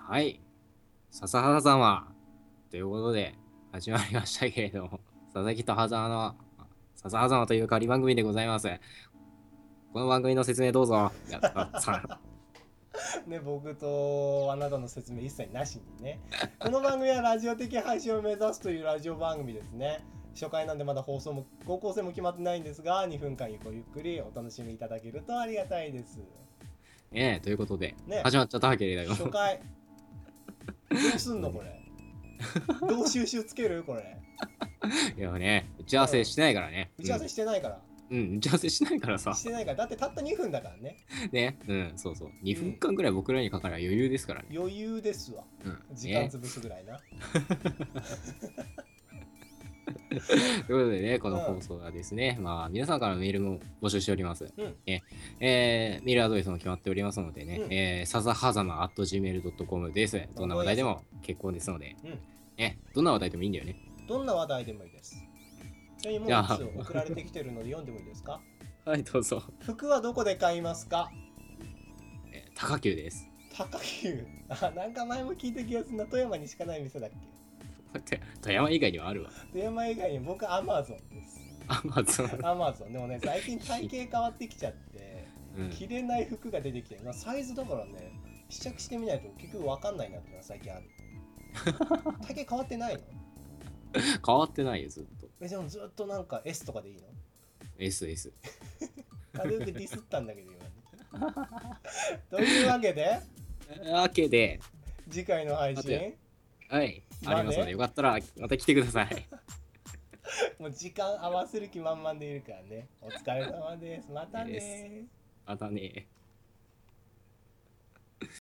はい。笹原様。ということで、始まりましたけれども、佐々木と狭間の笹原様という仮番組でございます。この番組の説明どうぞ。やったさん。 ね、僕とあなたの説明一切なしにね。この番組はラジオ的配信を目指すというラジオ番組ですね。初回なんでまだ放送も高校生も決まってないんですが、2分間ゆっくりお楽しみいただけるとありがたいです。 ということで、 ね、 始まっちゃったわけれども。 初回どうすんのこれ。どう収集つけるこれ。 いやね、打ち合わせしてないからね。 打ち合わせしてないから。 打ち合わせしないからさ。 してないから。だってたった2分だからね。 ね、そうそう。2分間ぐらい僕らにかかる余裕ですからね。 余裕ですわ。時間潰すぐらいな。 ということでね、この放送はですね、皆さんからのメールも募集しております。メールアドレスも決まっておりますのでね、さざはざま @gmail.com です。どんな話題でも結構ですので、どんな話題でもいいんだよね。 どんな話題でもいいです。ちなみにもう一つ送られてきてるので読んでもいいですか？ はい、どうぞ。 服はどこで買いますか？ 高級です。 高級。なんか前も聞いた気がするな。富山にしかない店だっけ？ 富山以外にはあるわ。 富山以外に僕アマゾンです。 アマゾン。 アマゾンでもね、最近体型変わってきちゃって、着れない服が出てきて、サイズだからね、試着してみないと結局分かんないなっていうのは最近ある。体型変わってないの？ 変わってないよ、ずっと。 でもずっとなんか S とかでいいの？ SS。 軽くディスったんだけど今。というわけで、次回の配信はい、ありますので、よかったらまた来てください。 もう時間合わせる気満々でいるからね。お疲れ様です。またね。 またね。